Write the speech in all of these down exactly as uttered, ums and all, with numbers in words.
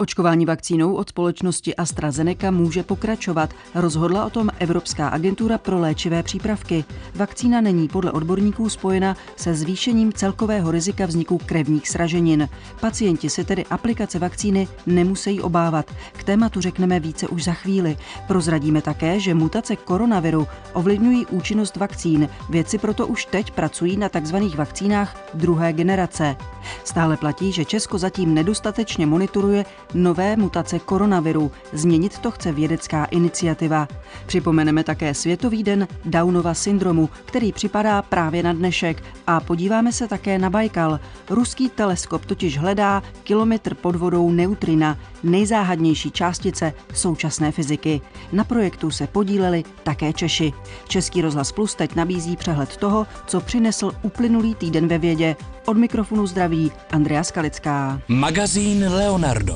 Očkování vakcínou od společnosti AstraZeneca může pokračovat, rozhodla o tom Evropská agentura pro léčivé přípravky. Vakcína není podle odborníků spojena se zvýšením celkového rizika vzniku krevních sraženin. Pacienti se tedy aplikace vakcíny nemusí obávat. K tématu řekneme více už za chvíli. Prozradíme také, že mutace koronaviru ovlivňují účinnost vakcín. Vědci proto už teď pracují na takzvaných vakcínách druhé generace. Stále platí, že Česko zatím nedostatečně monitoruje nové mutace koronaviru. Změnit to chce vědecká iniciativa. Připomeneme také Světový den Downova syndromu, který připadá právě na dnešek, a podíváme se také na Bajkal. Ruský teleskop totiž hledá kilometr pod vodou neutrina, nejzáhadnější částice současné fyziky. Na projektu se podíleli také Češi. Český rozhlas Plus teď nabízí přehled toho, co přinesl uplynulý týden ve vědě. Od mikrofonu zdraví Andrea Skalická. Magazín Leonardo.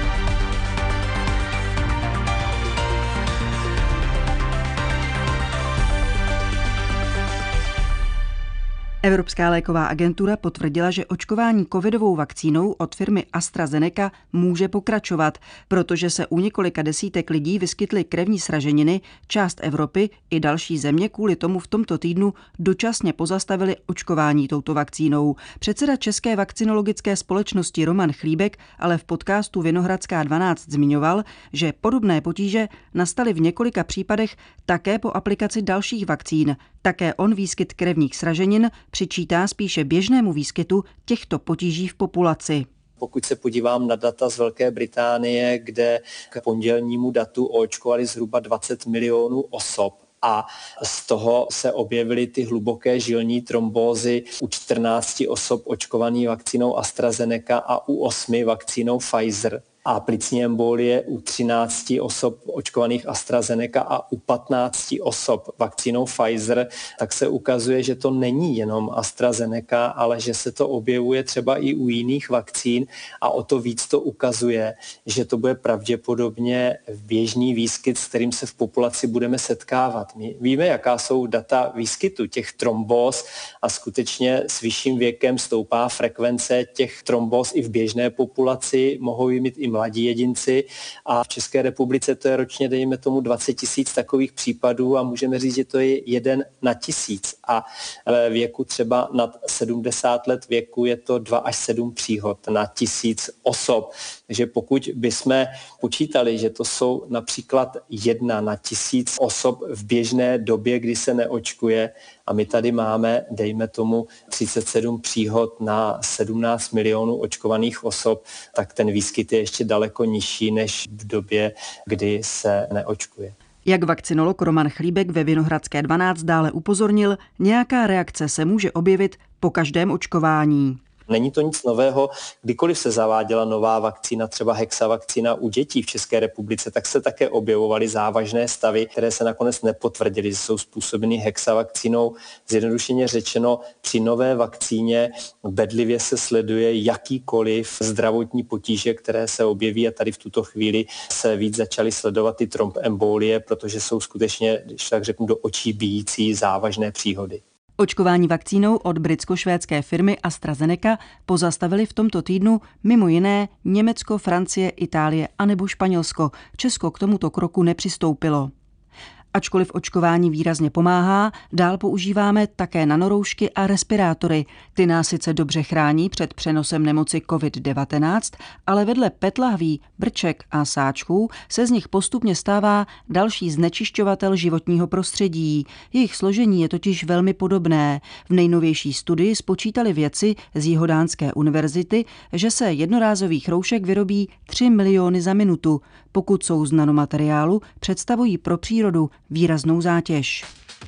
Evropská léková agentura potvrdila, že očkování covidovou vakcínou od firmy AstraZeneca může pokračovat, protože se u několika desítek lidí vyskytly krevní sraženiny. Část Evropy i další země kvůli tomu v tomto týdnu dočasně pozastavili očkování touto vakcínou. Předseda České vakcinologické společnosti Roman Chlíbek ale v podcastu Vinohradská dvanáct zmiňoval, že podobné potíže nastaly v několika případech také po aplikaci dalších vakcín. Také on výskyt krevních sraženin přičítá spíše běžnému výskytu těchto potíží v populaci. Pokud se podívám na data z Velké Británie, kde k pondělnímu datu očkovali zhruba dvacet milionů osob, a z toho se objevily ty hluboké žilní trombózy u čtrnácti osob očkovaných vakcínou AstraZeneca a u osmi vakcínou Pfizer. A plicní embolie u třinácti osob očkovaných AstraZeneca a u patnácti osob vakcínou Pfizer, tak se ukazuje, že to není jenom AstraZeneca, ale že se to objevuje třeba i u jiných vakcín, a o to víc to ukazuje, že to bude pravděpodobně běžný výskyt, s kterým se v populaci budeme setkávat. My víme, jaká jsou data výskytu těch trombóz, a skutečně s vyšším věkem stoupá frekvence těch trombóz i v běžné populaci, mohou mít i mladí jedinci, a v České republice to je ročně, dejme tomu, dvacet tisíc takových případů, a můžeme říct, že to je jeden na tisíc, a věku třeba nad sedmdesát let věku je to dva až sedm příhod na tisíc osob. Takže pokud bychom počítali, že to jsou například jedna na tisíc osob v běžné době, kdy se neočkuje, a my tady máme, dejme tomu, třicet sedm příhod na sedmnáct milionů očkovaných osob, tak ten výskyt je ještě daleko nižší než v době, kdy se neočkuje. Jak vakcinolog Roman Chlíbek ve Vinohradské dvanáct dále upozornil, nějaká reakce se může objevit po každém očkování. Není to nic nového, kdykoliv se zaváděla nová vakcína, třeba hexavakcína u dětí v České republice, tak se také objevovaly závažné stavy, které se nakonec nepotvrdily, že jsou způsobeny hexavakcínou. Zjednodušeně řečeno, při nové vakcíně bedlivě se sleduje jakýkoliv zdravotní potíže, které se objeví, a tady v tuto chvíli se víc začaly sledovat ty trombembolie, protože jsou skutečně, když tak řeknu, do očí bijící závažné příhody. Očkování vakcínou od britsko-švédské firmy AstraZeneca pozastavili v tomto týdnu mimo jiné Německo, Francie, Itálie a nebo Španělsko. Česko k tomuto kroku nepřistoupilo. Ačkoliv očkování výrazně pomáhá, dál používáme také nanoroušky a respirátory. Ty nás sice dobře chrání před přenosem nemoci covid devatenáct, ale vedle PET lahví, brček a sáčků se z nich postupně stává další znečišťovatel životního prostředí. Jejich složení je totiž velmi podobné. V nejnovější studii spočítali vědci z Jihodánské univerzity, že se jednorázových roušek vyrobí tři miliony za minutu. Pokud jsou z nanomateriálu, představují pro přírodu výraznou zátěž.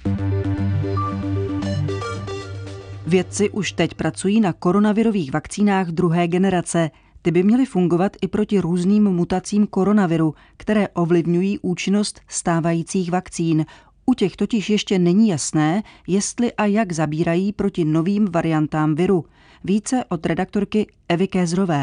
Vědci už teď pracují na koronavirových vakcínách druhé generace. Ty by měly fungovat i proti různým mutacím koronaviru, které ovlivňují účinnost stávajících vakcín. U těch totiž ještě není jasné, jestli a jak zabírají proti novým variantám viru. Více od redaktorky Evy Kézrové.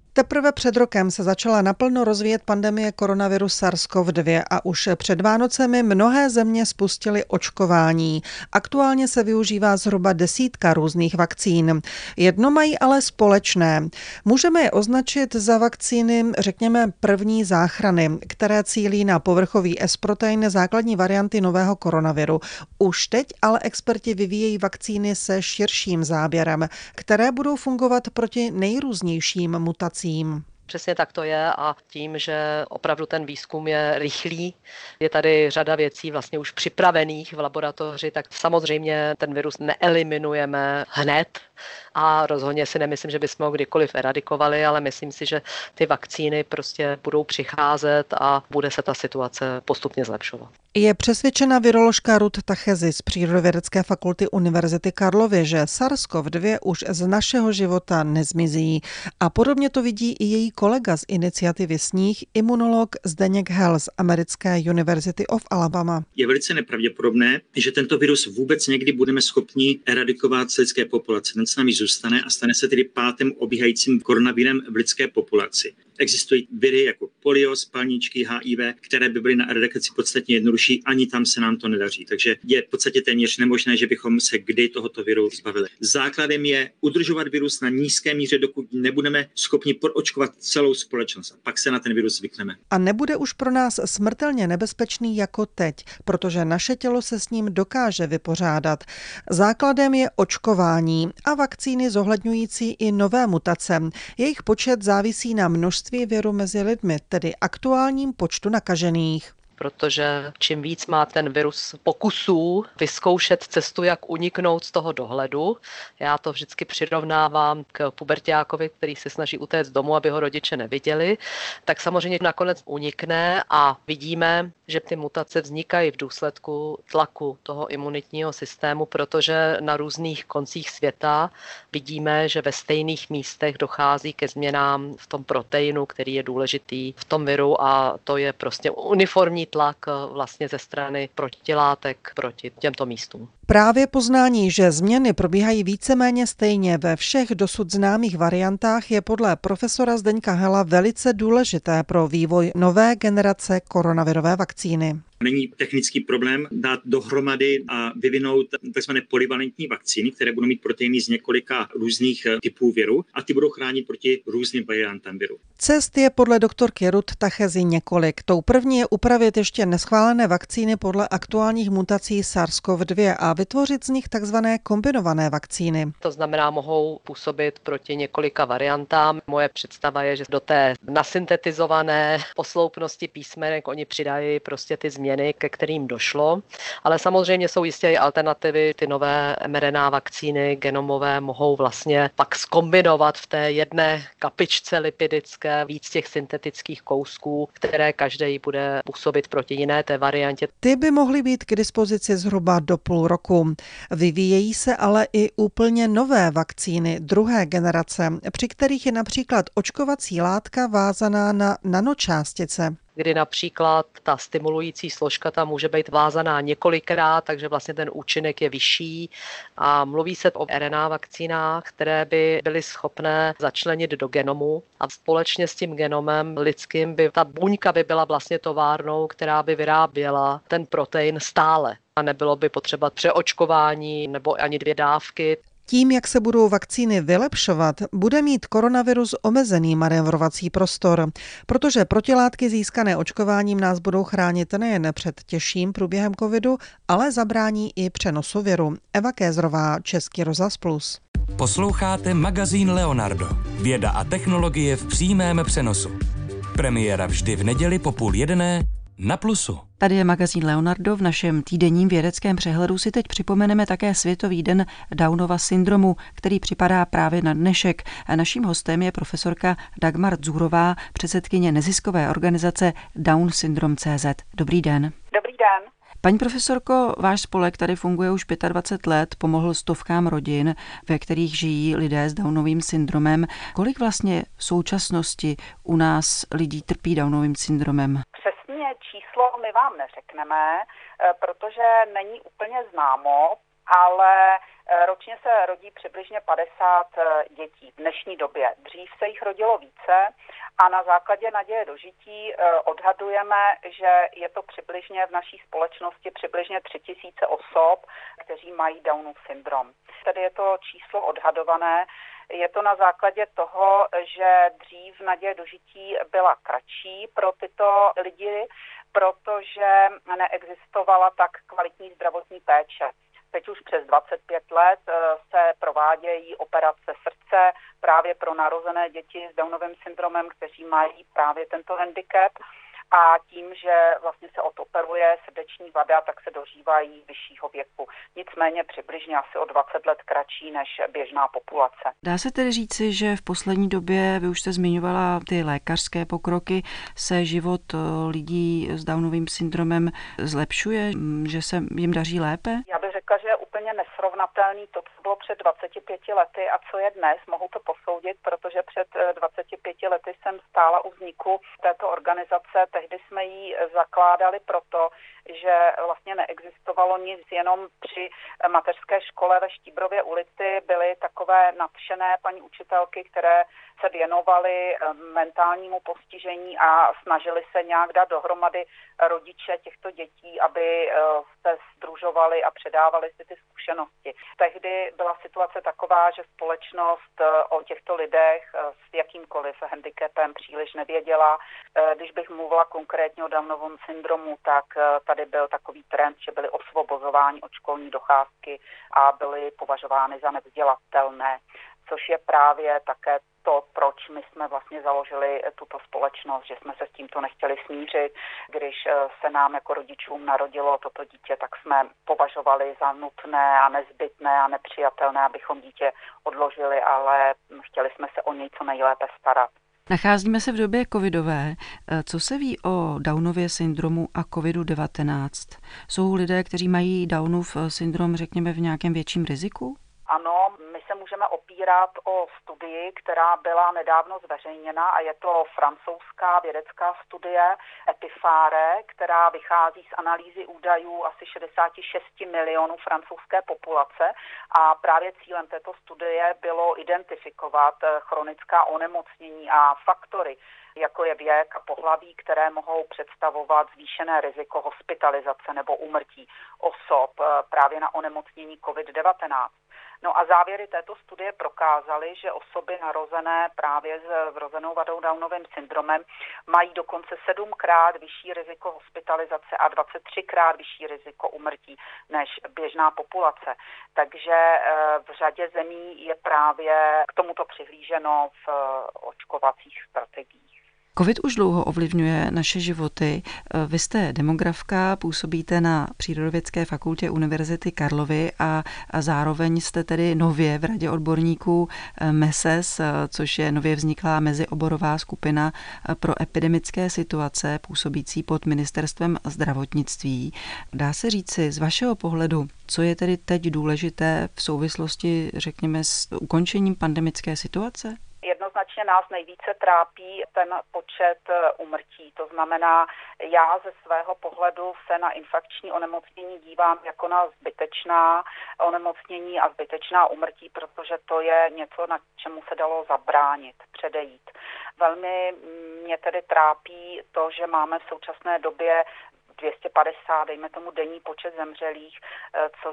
Teprve před rokem se začala naplno rozvíjet pandemie koronaviru SARS-C o V dva a už před Vánocemi mnohé země spustily očkování. Aktuálně se využívá zhruba desítka různých vakcín. Jedno mají ale společné. Můžeme je označit za vakcíny, řekněme, první záchrany, které cílí na povrchový S-protein základní varianty nového koronaviru. Už teď ale experti vyvíjejí vakcíny se širším záběrem, které budou fungovat proti nejrůznějším mutacím. Přesně tak to je a tím, že opravdu ten výzkum je rychlý, je tady řada věcí vlastně už připravených v laboratoři, tak samozřejmě ten virus neeliminujeme hned a rozhodně si nemyslím, že bychom ho kdykoliv eradikovali, ale myslím si, že ty vakcíny prostě budou přicházet a bude se ta situace postupně zlepšovat. Je přesvědčena viroložka Ruth Tachezi z Přírodovědecké fakulty Univerzity Karlovy, že SARS-C o V dva už z našeho života nezmizí. A podobně to vidí i její kolega z iniciativy Sníh, imunolog Zdeněk Hell z americké University of Alabama. Je velice nepravděpodobné, že tento virus vůbec někdy budeme schopni eradikovat z lidské populace. Ten s námi zůstane a stane se tedy pátým obíhajícím koronavirem v lidské populaci. Existují viry jako polio, spalničky, H I V, které by byly na eradikaci podstatně jednodušší, ani tam se nám to nedaří. Takže je v podstatě téměř nemožné, že bychom se kdy tohoto viru zbavili. Základem je udržovat virus na nízké míře, dokud nebudeme schopni proočkovat celou společnost. A pak se na ten virus zvykneme. A nebude už pro nás smrtelně nebezpečný jako teď, protože naše tělo se s ním dokáže vypořádat. Základem je očkování a vakcíny zohledňující i nové mutace. Jejich počet závisí na množství viru mezi lidmi, tedy aktuálním počtu nakažených. Protože čím víc má ten virus pokusů vyzkoušet cestu, jak uniknout z toho dohledu. Já to vždycky přirovnávám k puberťákovi, který se snaží utéct domů, aby ho rodiče neviděli, tak samozřejmě nakonec unikne a vidíme, že ty mutace vznikají v důsledku tlaku toho imunitního systému, protože na různých koncích světa vidíme, že ve stejných místech dochází ke změnám v tom proteinu, který je důležitý v tom viru a to je prostě uniformní tlak vlastně ze strany protilátek proti těmto místům. Právě poznání, že změny probíhají víceméně stejně ve všech dosud známých variantách, je podle profesora Zdeňka Hela velice důležité pro vývoj nové generace koronavirové vakcíny. Není technický problém dát dohromady a vyvinout tzv. Polyvalentní vakcíny, které budou mít proteiny z několika různých typů viru a ty budou chránit proti různým variantám viru. Cest je podle doktorky Ruth Tachezi několik. Tou první je upravit ještě neschválené vakcíny podle aktuálních mutací SARS-C o V dva a vytvořit z nich takzvané kombinované vakcíny. To znamená, mohou působit proti několika variantám. Moje představa je, že do té nasyntetizované posloupnosti písmenek oni přidají prostě ty změny, ke kterým došlo. Ale samozřejmě jsou jistě i alternativy. Ty nové mRNA vakcíny genomové mohou vlastně pak zkombinovat v té jedné kapičce lipidické víc těch syntetických kousků, které každý bude působit proti jiné té variantě. Ty by mohly být k dispozici zhruba do půl roku. Vyvíjejí se ale i úplně nové vakcíny druhé generace, při kterých je například očkovací látka vázaná na nanočástice. Kdy například ta stimulující složka tam může být vázaná několikrát, takže vlastně ten účinek je vyšší a mluví se o R N A vakcínách, které by byly schopné začlenit do genomu a společně s tím genomem lidským by ta buňka by byla vlastně továrnou, která by vyráběla ten protein stále a nebylo by potřeba přeočkování nebo ani dvě dávky. Tím, jak se budou vakcíny vylepšovat, bude mít koronavirus omezený manévrovací prostor, protože protilátky získané očkováním nás budou chránit nejen před těžším průběhem covidu, ale zabrání i přenosu viru. Eva Kézrová, Český rozhlas Plus. Posloucháte magazín Leonardo. Věda a technologie v přímém přenosu. Premiéra vždy v neděli po půl jedné na Plusu. Tady je magazín Leonardo. V našem týdenním vědeckém přehledu si teď připomeneme také Světový den Downova syndromu, který připadá právě na dnešek. A naším hostem je profesorka Dagmar Dzurová, předsedkyně neziskové organizace Down Syndrome tečka cé zet. Dobrý den. Dobrý den. Paní profesorko, váš spolek tady funguje už dvacet pět let, pomohl stovkám rodin, ve kterých žijí lidé s Downovým syndromem. Kolik vlastně v současnosti u nás lidí trpí Downovým syndromem? Přesně číslo my vám neřekneme, protože není úplně známo, ale Ročně se rodí přibližně padesát dětí v dnešní době. Dřív se jich rodilo více a na základě naděje dožití odhadujeme, že je to přibližně v naší společnosti přibližně tři tisíce osob, kteří mají Downův syndrom. Tedy je to číslo odhadované. Je to na základě toho, že dřív naděje dožití byla kratší pro tyto lidi, protože neexistovala tak kvalitní zdravotní péče. Teď už přes dvacet pět let se provádějí operace srdce právě pro narozené děti s Downovým syndromem, kteří mají právě tento handicap. A tím, že vlastně se odoperuje srdeční vada, tak se dožívají vyššího věku. Nicméně přibližně asi o dvacet let kratší než běžná populace. Dá se tedy říci, že v poslední době, vy už jste zmiňovala ty lékařské pokroky, se život lidí s Downovým syndromem zlepšuje, že se jim daří lépe? Já bych řekla, že je úplně nesrovnatelný to, co bylo před dvaceti pěti lety a co je dnes. Mohu to posoudit, protože před dvaceti pěti lety jsem stála u vzniku této organizace. Tehdy jsme ji zakládali proto, že vlastně neexistovalo nic, jenom při mateřské škole ve Štíbrově ulici byly takové nadšené paní učitelky, které se věnovaly mentálnímu postižení a snažili se nějak dát dohromady rodiče těchto dětí, aby se sdružovali a předávali si ty zkušenosti. Tehdy byla situace taková, že společnost o těchto lidech s jakýmkoliv handicapem příliš nevěděla. Když bych mluvila konkrétně o Downovém syndromu, tak tady byl takový trend, že byli osvobozováni od školní docházky a byli považovány za nevzdělatelné, což je právě také to, proč my jsme vlastně založili tuto společnost, že jsme se s tímto nechtěli smířit. Když se nám jako rodičům narodilo toto dítě, tak jsme považovali za nutné a nezbytné a nepřijatelné, abychom dítě odložili, ale chtěli jsme se o něj co nejlépe starat. Nacházíme se v době covidové. Co se ví o Downově syndromu a covidu devatenáct? Jsou lidé, kteří mají Downův syndrom, řekněme, v nějakém větším riziku? Ano, my se můžeme opírat o studii, která byla nedávno zveřejněna a je to francouzská vědecká studie Epifare, která vychází z analýzy údajů asi šedesát šest milionů francouzské populace a právě cílem této studie bylo identifikovat chronická onemocnění a faktory, jako je věk a pohlaví, které mohou představovat zvýšené riziko hospitalizace nebo úmrtí osob právě na onemocnění covid devatenáct. No a závěry této studie prokázaly, že osoby narozené právě s vrozenou vadou Downovým syndromem mají dokonce sedmkrát vyšší riziko hospitalizace a dvacet tři krát vyšší riziko úmrtí než běžná populace. Takže v řadě zemí je právě k tomuto přihlíženo v očkovacích strategiích. Covid už dlouho ovlivňuje naše životy. Vy jste demografka, působíte na Přírodovědské fakultě Univerzity Karlovy a, a zároveň jste tedy nově v radě odborníků M E S E S, což je nově vzniklá mezioborová skupina pro epidemické situace působící pod Ministerstvem zdravotnictví. Dá se říci z vašeho pohledu, co je tedy teď důležité v souvislosti, řekněme, s ukončením pandemické situace? Jednoznačně nás nejvíce trápí ten počet úmrtí. To znamená, já ze svého pohledu se na infekční onemocnění dívám jako na zbytečná onemocnění a zbytečná úmrtí, protože to je něco, na čemu se dalo zabránit, předejít. Velmi mě tedy trápí to, že máme v současné době dvě stě padesát, dejme tomu denní počet zemřelých, což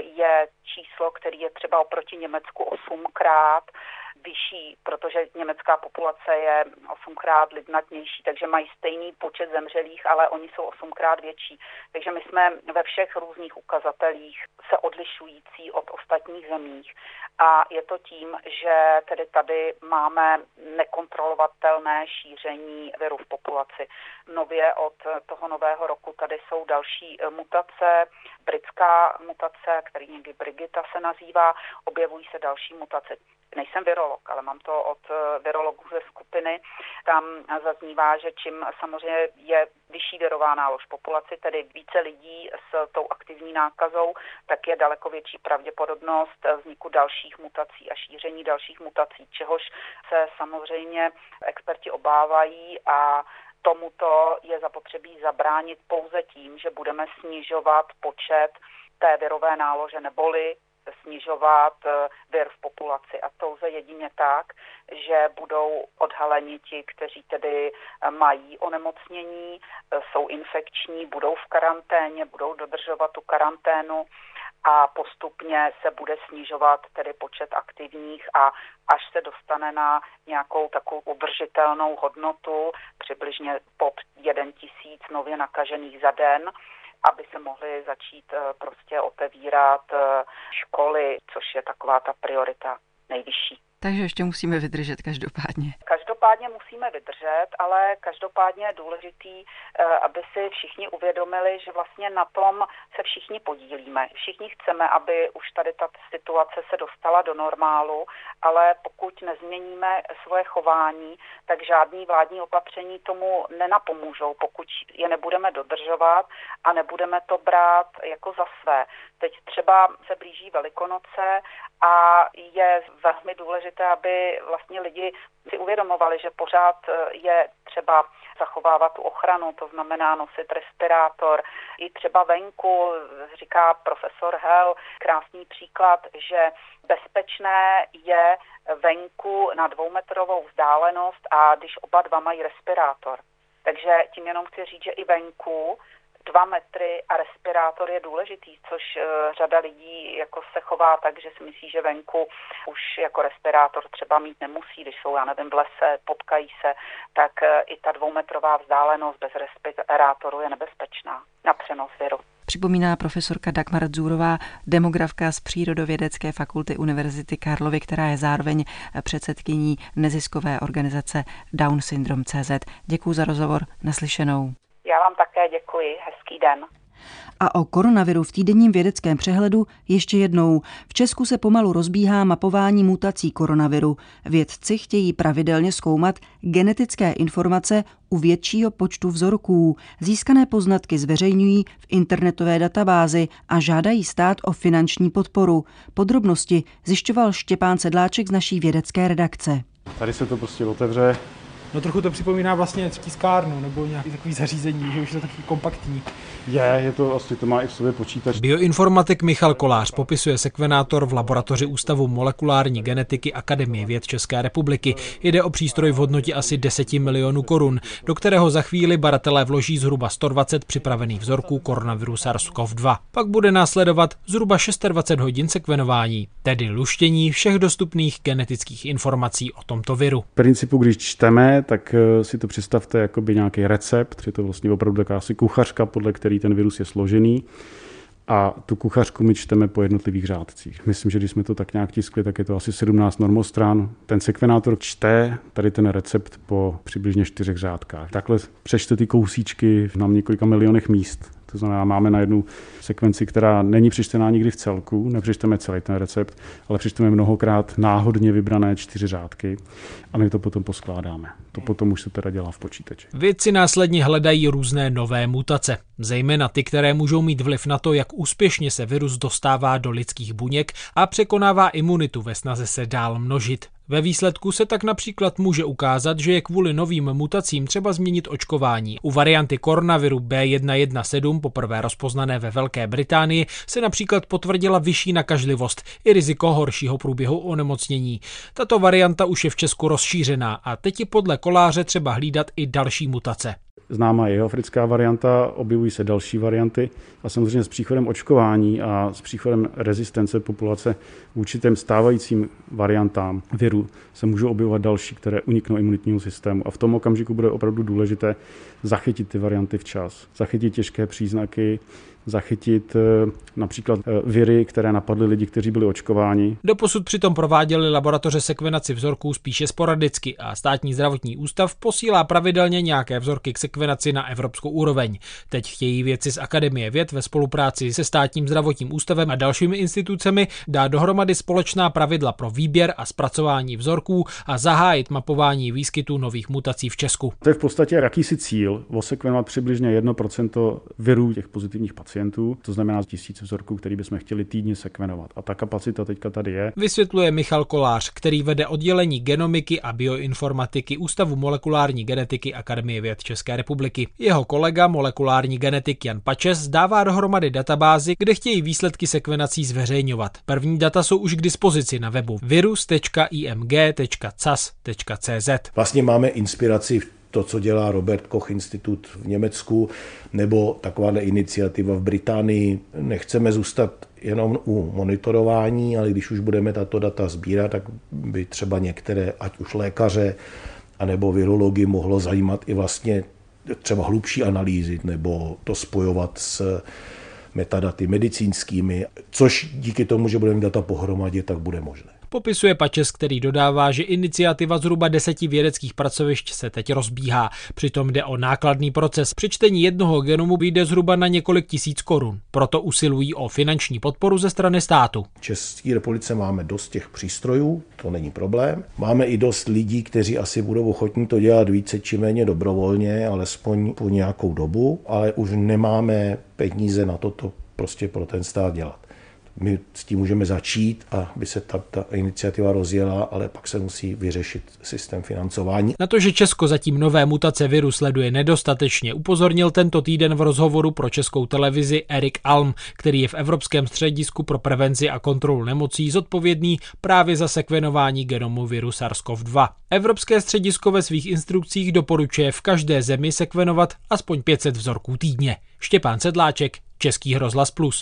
je číslo, který je třeba oproti Německu osmkrát vyšší, protože německá populace je osmkrát lidnatnější, takže mají stejný počet zemřelých, ale oni jsou osmkrát větší. Takže my jsme ve všech různých ukazatelích se odlišující od ostatních zemích. A je to tím, že tedy tady máme nekontrolovatelné šíření viru v populaci. Nově od toho nového roku tady jsou další mutace, britská mutace, který někdy Brigita se nazývá, objevují se další mutace. Nejsem virolog, ale mám to od virologů ze skupiny. Tam zaznívá, že čím samozřejmě je vyšší virová nálož populaci, tedy více lidí s tou aktivní nákazou, tak je daleko větší pravděpodobnost vzniku dalších mutací a šíření dalších mutací, čehož se samozřejmě experti obávají a tomuto je zapotřebí zabránit pouze tím, že budeme snižovat počet té virové nálože neboli snižovat vir v populaci. A to lze jedině tak, že budou odhaleni ti, kteří tedy mají onemocnění, jsou infekční, budou v karanténě, budou dodržovat tu karanténu a postupně se bude snižovat tedy počet aktivních a až se dostane na nějakou takovou udržitelnou hodnotu, přibližně pod jeden tisíc nově nakažených za den, aby se mohly začít prostě otevírat školy, což je taková ta priorita nejvyšší. Takže ještě musíme vydržet každopádně. Každopádně musíme vydržet, ale každopádně je důležitý, aby si všichni uvědomili, že vlastně na tom se všichni podílíme. Všichni chceme, aby už tady ta situace se dostala do normálu, ale pokud nezměníme svoje chování, tak žádný vládní opatření tomu nenapomůžou, pokud je nebudeme dodržovat a nebudeme to brát jako za své. Teď třeba se blíží Velikonoce a je velmi důležité, aby vlastně lidi si uvědomovali, že pořád je třeba zachovávat tu ochranu, to znamená nosit respirátor. I třeba venku, říká profesor Hell, krásný příklad, že bezpečné je venku na dvoumetrovou vzdálenost a když oba dva mají respirátor. Takže tím jenom chci říct, že i venku dva metry a respirátor je důležitý, což řada lidí jako se chová tak, že si myslí, že venku už jako respirátor třeba mít nemusí, když jsou, já nevím, v lese, potkají se, tak i ta dvoumetrová vzdálenost bez respirátoru je nebezpečná na přenos viru. Připomíná profesorka Dagmar Dzúrová, demografka z Přírodovědecké fakulty Univerzity Karlovy, která je zároveň předsedkyní neziskové organizace Down Syndrome tečka cé zet. Děkuji za rozhovor, naslyšenou. Já vám také děkuji, hezký den. A o koronaviru v týdenním vědeckém přehledu ještě jednou. V Česku se pomalu rozbíhá mapování mutací koronaviru. Vědci chtějí pravidelně zkoumat genetické informace u většího počtu vzorků. Získané poznatky zveřejňují v internetové databázi a žádají stát o finanční podporu. Podrobnosti zjišťoval Štěpán Sedláček z naší vědecké redakce. Tady se to prostě otevře. No trochu to připomíná vlastně tiskárnu nebo nějaký takový zařízení, že už je to takový kompaktní. Je, je to vlastně, to má i v sobě počítač. Bioinformatik Michal Kolář popisuje sekvenátor v laboratoři Ústavu molekulární genetiky Akademie věd České republiky. Jde o přístroj v hodnotě asi deset milionů korun, do kterého za chvíli badatelé vloží zhruba sto dvacet připravených vzorků koronaviru SARS-C o V dva. Pak bude následovat zhruba dvacet šest hodin sekvenování, tedy luštění všech dostupných genetických informací o tomto viru. V principu, když čteme, tak si to představte jako by nějaký recept, je to vlastně opravdu taková asi kuchařka, podle který ten virus je složený, a tu kuchařku my čteme po jednotlivých řádcích. Myslím, že když jsme to tak nějak tiskli, tak je to asi sedmnáct normostran. Ten sekvenátor čte tady ten recept po přibližně čtyřech řádkách. Takhle přečte ty kousíčky na několika milionech míst. To znamená, máme na jednu sekvenci, která není přečtená nikdy v celku, nepřečteme celý ten recept, ale přečteme mnohokrát náhodně vybrané čtyři řádky a my to potom poskládáme. To potom už se teda dělá v počítači. Vědci následně hledají různé nové mutace, zejména ty, které můžou mít vliv na to, jak úspěšně se virus dostává do lidských buněk a překonává imunitu ve snaze se dál množit. Ve výsledku se tak například může ukázat, že je kvůli novým mutacím třeba změnit očkování. U varianty koronaviru B jedna jedna sedm, poprvé rozpoznané ve Velké Británii, se například potvrdila vyšší nakažlivost i riziko horšího průběhu onemocnění. Tato varianta už je v Česku rozšířená a teď je podle Koláře třeba hlídat i další mutace. Známá je africká varianta, objevují se další varianty a samozřejmě s příchodem očkování a s příchodem rezistence populace vůči těm stávajícím variantám viru se můžou objevovat další, které uniknou imunitnímu systému. A v tom okamžiku bude opravdu důležité zachytit ty varianty včas, zachytit těžké příznaky, zachytit například viry, které napadly lidi, kteří byli očkováni. Doposud přitom prováděly laboratoře sekvenaci vzorků spíše sporadicky a Státní zdravotní ústav posílá pravidelně nějaké vzorky k sekvenaci na evropskou úroveň. Teď chtějí vědci z Akademie věd ve spolupráci se Státním zdravotním ústavem a dalšími institucemi dát dohromady společná pravidla pro výběr a zpracování vzorků a zahájit mapování výskytu nových mutací v Česku. To je v podstatě jakýsi cíl, osekvenovat přibližně jedno procento virů těch pozitivních pacientů. pacientů, to znamená tisíc vzorků, který bychom chtěli týdně sekvenovat. A ta kapacita teďka tady je. Vysvětluje Michal Kolář, který vede oddělení genomiky a bioinformatiky Ústavu molekulární genetiky Akademie věd České republiky. Jeho kolega, molekulární genetik Jan Pačes, dává dohromady databázi, kde chtějí výsledky sekvenací zveřejňovat. První data jsou už k dispozici na webu virus tečka i m g tečka c a s tečka c z. Vlastně máme inspiraci v to, co dělá Robert Koch Institut v Německu, nebo takováhle iniciativa v Británii. Nechceme zůstat jenom u monitorování, ale když už budeme tato data sbírat, tak by třeba některé, ať už lékaře, anebo virology mohlo zajímat i vlastně třeba hlubší analýzy, nebo to spojovat s metadaty medicínskými, což díky tomu, že budeme mít data pohromadě, tak bude možné. Popisuje Pačes, který dodává, že iniciativa zhruba deseti vědeckých pracovišť se teď rozbíhá. Přitom jde o nákladný proces. Při čtení jednoho genomu vyjde zhruba na několik tisíc korun. Proto usilují o finanční podporu ze strany státu. V České republice máme dost těch přístrojů, to není problém. Máme i dost lidí, kteří asi budou ochotní to dělat více či méně dobrovolně, alespoň po nějakou dobu, ale už nemáme peníze na toto prostě pro ten stát dělat. My s tím můžeme začít, aby se ta, ta iniciativa rozjela, ale pak se musí vyřešit systém financování. Na to, že Česko zatím nové mutace viru sleduje nedostatečně, upozornil tento týden v rozhovoru pro Českou televizi Erik Alm, který je v Evropském středisku pro prevenci a kontrolu nemocí zodpovědný právě za sekvenování genomu viru SARS-C o V dva. Evropské středisko ve svých instrukcích doporučuje v každé zemi sekvenovat aspoň pět set vzorků týdně. Štěpán Sedláček, Český rozhlas Plus.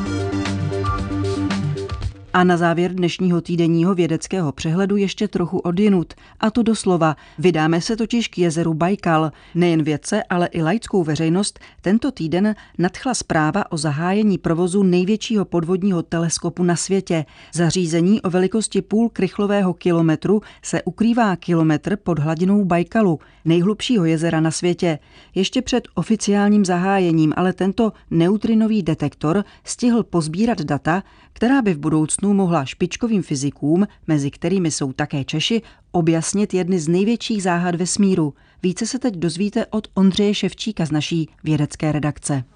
A na závěr dnešního týdenního vědeckého přehledu ještě trochu odjinud. A to doslova. Vydáme se totiž k jezeru Bajkal. Nejen vědce, ale i laickou veřejnost tento týden nadchla zpráva o zahájení provozu největšího podvodního teleskopu na světě. Zařízení o velikosti půl krychlového kilometru se ukrývá kilometr pod hladinou Bajkalu, nejhlubšího jezera na světě. Ještě před oficiálním zahájením ale tento neutrinový detektor stihl pozbírat data, která by v budoucnu mohla špičkovým fyzikům, mezi kterými jsou také Češi, objasnit jedny z největších záhad vesmíru. Více se teď dozvíte od Ondřeje Ševčíka z naší vědecké redakce.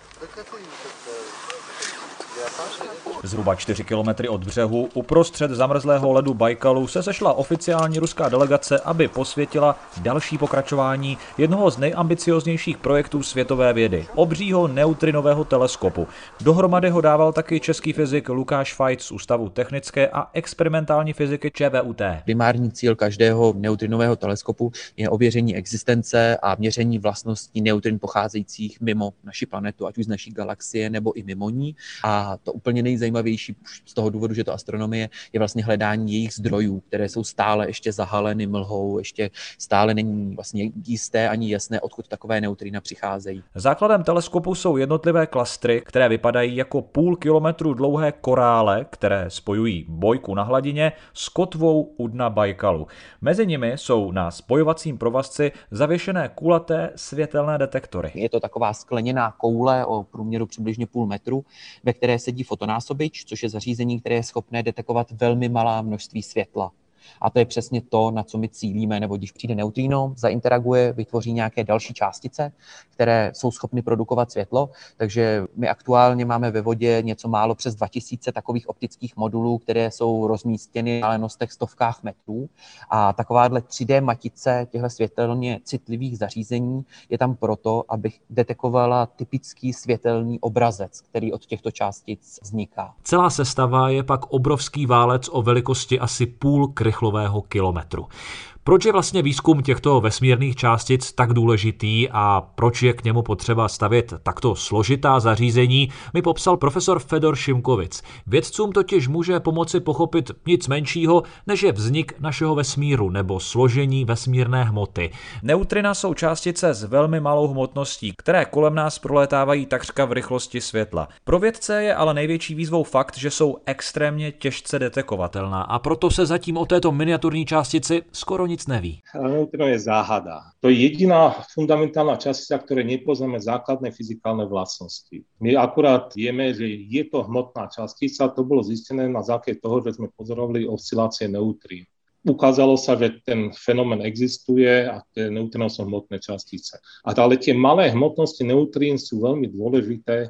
Zhruba čtyři kilometry od břehu, uprostřed zamrzlého ledu Bajkalu, se sešla oficiální ruská delegace, aby posvětila další pokračování jednoho z nejambicioznějších projektů světové vědy, obřího neutrinového teleskopu. Dohromady ho dával taky český fyzik Lukáš Fajt z Ústavu technické a experimentální fyziky ČVUT. Primární cíl každého neutrinového teleskopu je ověření existence a měření vlastností neutrin pocházejících mimo naši planetu, ať už z naší galaxie nebo i mimo ní. A to úplně nejzajímavější z toho důvodu, že to astronomie je vlastně hledání jejich zdrojů, které jsou stále ještě zahaleny mlhou, ještě stále není vlastně jisté ani jasné, odkud takové neutrina přicházejí. Základem teleskopu jsou jednotlivé klastry, které vypadají jako půl kilometru dlouhé korále, které spojují Bojku na hladině s kotvou u dna Bajkalu. Mezi nimi jsou na spojovacím provazci zavěšené kulaté světelné detektory. Je to taková skleněná koule o průměru přibližně půl metru, ve které sedí fotonásobič, což je zařízení, které je schopné detekovat velmi malá množství světla. A to je přesně to, na co my cílíme, nebo když přijde neutrino, zainteraguje, vytvoří nějaké další částice, které jsou schopny produkovat světlo. Takže my aktuálně máme ve vodě něco málo přes dva tisíce takových optických modulů, které jsou rozmístěny v vzdálenostech stovkách metrů. A takováhle tři dé matice těchto světelně citlivých zařízení je tam proto, aby detekovala typický světelný obrazec, který od těchto částic vzniká. Celá sestava je pak obrovský válec o velikosti asi půl krychlového kilometru. Proč je vlastně výzkum těchto vesmírných částic tak důležitý a proč je k němu potřeba stavět takto složitá zařízení, mi popsal profesor Fedor Šimkovic. Vědcům totiž může pomoci pochopit nic menšího, než je vznik našeho vesmíru nebo složení vesmírné hmoty. Neutrina jsou částice s velmi malou hmotností, které kolem nás prolétávají takřka v rychlosti světla. Pro vědce je ale největší výzvou fakt, že jsou extrémně těžce detekovatelná a proto se zatím o této miniaturní částici skoro nic neví. Neutrino je záhada. To je jediná fundamentálna častica, ktoré nepoznáme základné fyzikálne vlastnosti. My akurát vieme, že je to hmotná častica, to bolo zistené na základe toho, že sme pozorovali oscilácie neutrín. Ukázalo sa, že ten fenomén existuje a tie neutrino sú hmotné častice. A ale tie malé hmotnosti neutrín sú veľmi dôležité a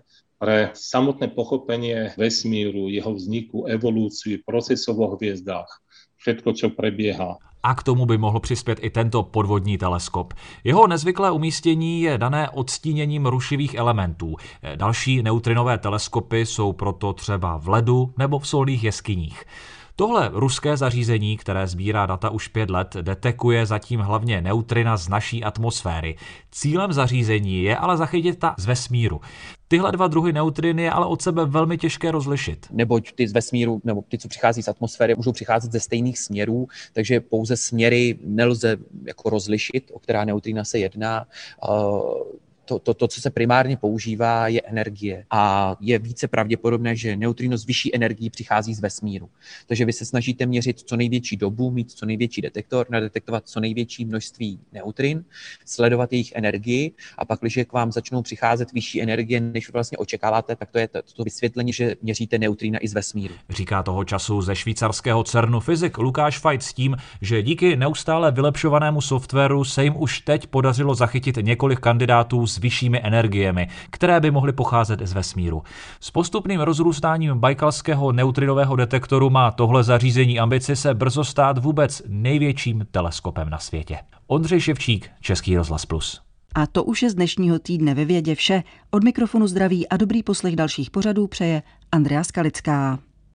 pre samotné pochopenie vesmíru, jeho vzniku, evolúciu, procesov vo hviezdách, všetko, čo prebieha. A k tomu by mohl přispět i tento podvodní teleskop. Jeho nezvyklé umístění je dané odstíněním rušivých elementů. Další neutrinové teleskopy jsou proto třeba v ledu nebo v solných jeskyních. Tohle ruské zařízení, které sbírá data už pět let, detekuje zatím hlavně neutrina z naší atmosféry. Cílem zařízení je ale zachytit ta z vesmíru. Tyhle dva druhy neutrin je ale od sebe velmi těžké rozlišit. Neboť ty z vesmíru, nebo ty, co přichází z atmosféry, můžou přicházet ze stejných směrů, takže pouze směry nelze jako rozlišit, o která neutrina se jedná. To, to, to, co se primárně používá, je energie. A je více pravděpodobné, že neutrino s vyšší energií přichází z vesmíru. Takže vy se snažíte měřit co největší dobu, mít co největší detektor, nadetektovat co největší množství neutrin, sledovat jejich energii a pak, když k vám začnou přicházet vyšší energie, než vlastně očekáváte, tak to je to, to vysvětlení, že měříte neutrina i z vesmíru. Říká toho času ze švýcarského CERNu fyzik Lukáš Fajt s tím, že díky neustále vylepšovanému softwaru se jim už teď podařilo zachytit několik kandidátů s vyššími energiemi, které by mohly pocházet z vesmíru. S postupným rozrůstáním bajkalského neutrinového detektoru má tohle zařízení ambici se brzo stát vůbec největším teleskopem na světě. Ondřej Ševčík, Český rozhlas plus. A to už je z dnešního týdne ve vědě vše. Od mikrofonu zdraví a dobrý poslech dalších pořadů přeje Andrea Skalická.